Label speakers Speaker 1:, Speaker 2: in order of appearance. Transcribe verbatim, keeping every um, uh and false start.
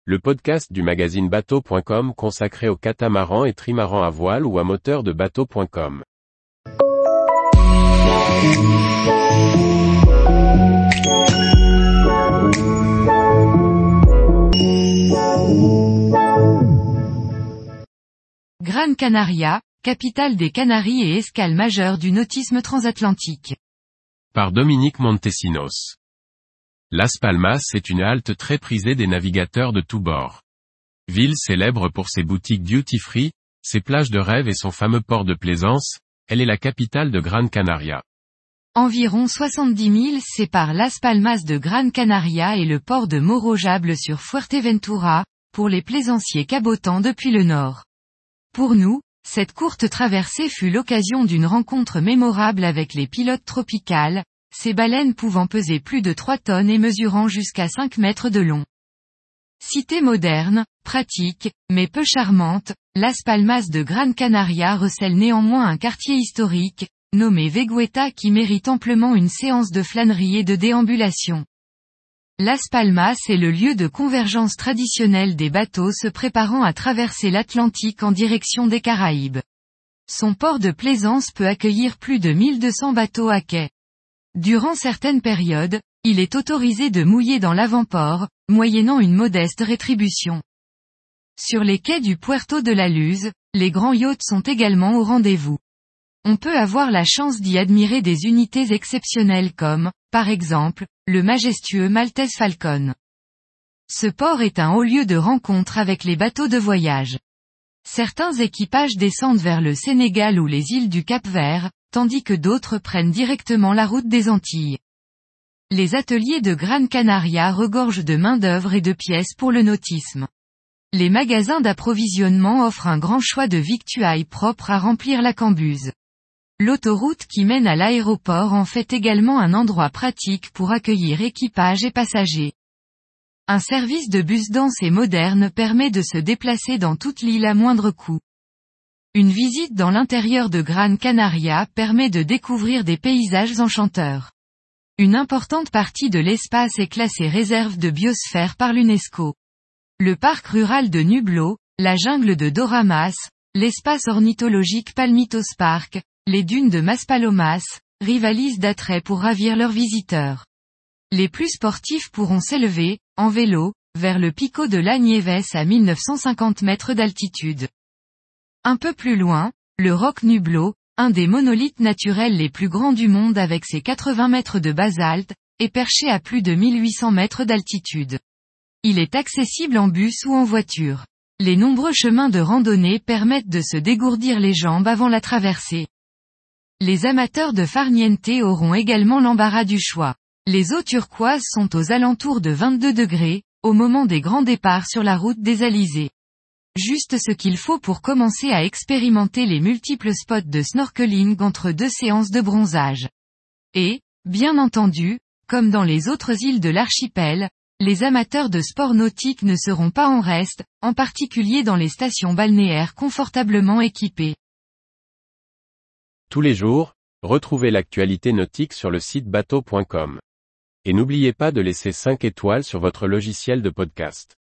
Speaker 1: le podcast du magazine bateau point com consacré aux catamarans et trimarans à voile ou à moteur de bateau point com.
Speaker 2: Gran Canaria, capitale des Canaries et escale majeure du nautisme transatlantique.
Speaker 1: Par Dominique Montesinos. Las Palmas est une halte très prisée des navigateurs de tous bords. Ville célèbre pour ses boutiques duty-free, ses plages de rêve et son fameux port de plaisance, elle est la capitale de Gran Canaria.
Speaker 2: Environ soixante-dix milles séparent Las Palmas de Gran Canaria et le port de Morojable sur Fuerteventura, pour les plaisanciers cabotants depuis le nord. Pour nous, cette courte traversée fut l'occasion d'une rencontre mémorable avec les pilotes tropicales, ces baleines pouvant peser plus de trois tonnes et mesurant jusqu'à cinq mètres de long. Cité moderne, pratique, mais peu charmante, Las Palmas de Gran Canaria recèle néanmoins un quartier historique, nommé Vegueta qui mérite amplement une séance de flânerie et de déambulation. Las Palmas est le lieu de convergence traditionnelle des bateaux se préparant à traverser l'Atlantique en direction des Caraïbes. Son port de plaisance peut accueillir plus de mille deux cents bateaux à quai. Durant certaines périodes, il est autorisé de mouiller dans l'avant-port, moyennant une modeste rétribution. Sur les quais du Puerto de la Luz, les grands yachts sont également au rendez-vous. On peut avoir la chance d'y admirer des unités exceptionnelles comme, par exemple, le majestueux Maltese Falcon. Ce port est un haut lieu de rencontre avec les bateaux de voyage. Certains équipages descendent vers le Sénégal ou les îles du Cap-Vert, tandis que d'autres prennent directement la route des Antilles. Les ateliers de Gran Canaria regorgent de main-d'œuvre et de pièces pour le nautisme. Les magasins d'approvisionnement offrent un grand choix de victuailles propres à remplir la cambuse. L'autoroute qui mène à l'aéroport en fait également un endroit pratique pour accueillir équipages et passagers. Un service de bus dense et moderne permet de se déplacer dans toute l'île à moindre coût. Une visite dans l'intérieur de Gran Canaria permet de découvrir des paysages enchanteurs. Une importante partie de l'espace est classée réserve de biosphère par l'UNESCO. Le parc rural de Nublo, la jungle de Doramas, l'espace ornithologique Palmitos Park, les dunes de Maspalomas, rivalisent d'attrait pour ravir leurs visiteurs. Les plus sportifs pourront s'élever, en vélo, vers le Pico de la Nieves à mille neuf cent cinquante mètres d'altitude. Un peu plus loin, le Roc Nublo, un des monolithes naturels les plus grands du monde avec ses quatre-vingts mètres de basalte, est perché à plus de mille huit cents mètres d'altitude. Il est accessible en bus ou en voiture. Les nombreux chemins de randonnée permettent de se dégourdir les jambes avant la traversée. Les amateurs de farniente auront également l'embarras du choix. Les eaux turquoises sont aux alentours de vingt-deux degrés, au moment des grands départs sur la route des Alizés. Juste ce qu'il faut pour commencer à expérimenter les multiples spots de snorkeling entre deux séances de bronzage. Et, bien entendu, comme dans les autres îles de l'archipel, les amateurs de sports nautiques ne seront pas en reste, en particulier dans les stations balnéaires confortablement équipées.
Speaker 1: Tous les jours, retrouvez l'actualité nautique sur le site bateau point com. Et n'oubliez pas de laisser cinq étoiles sur votre logiciel de podcast.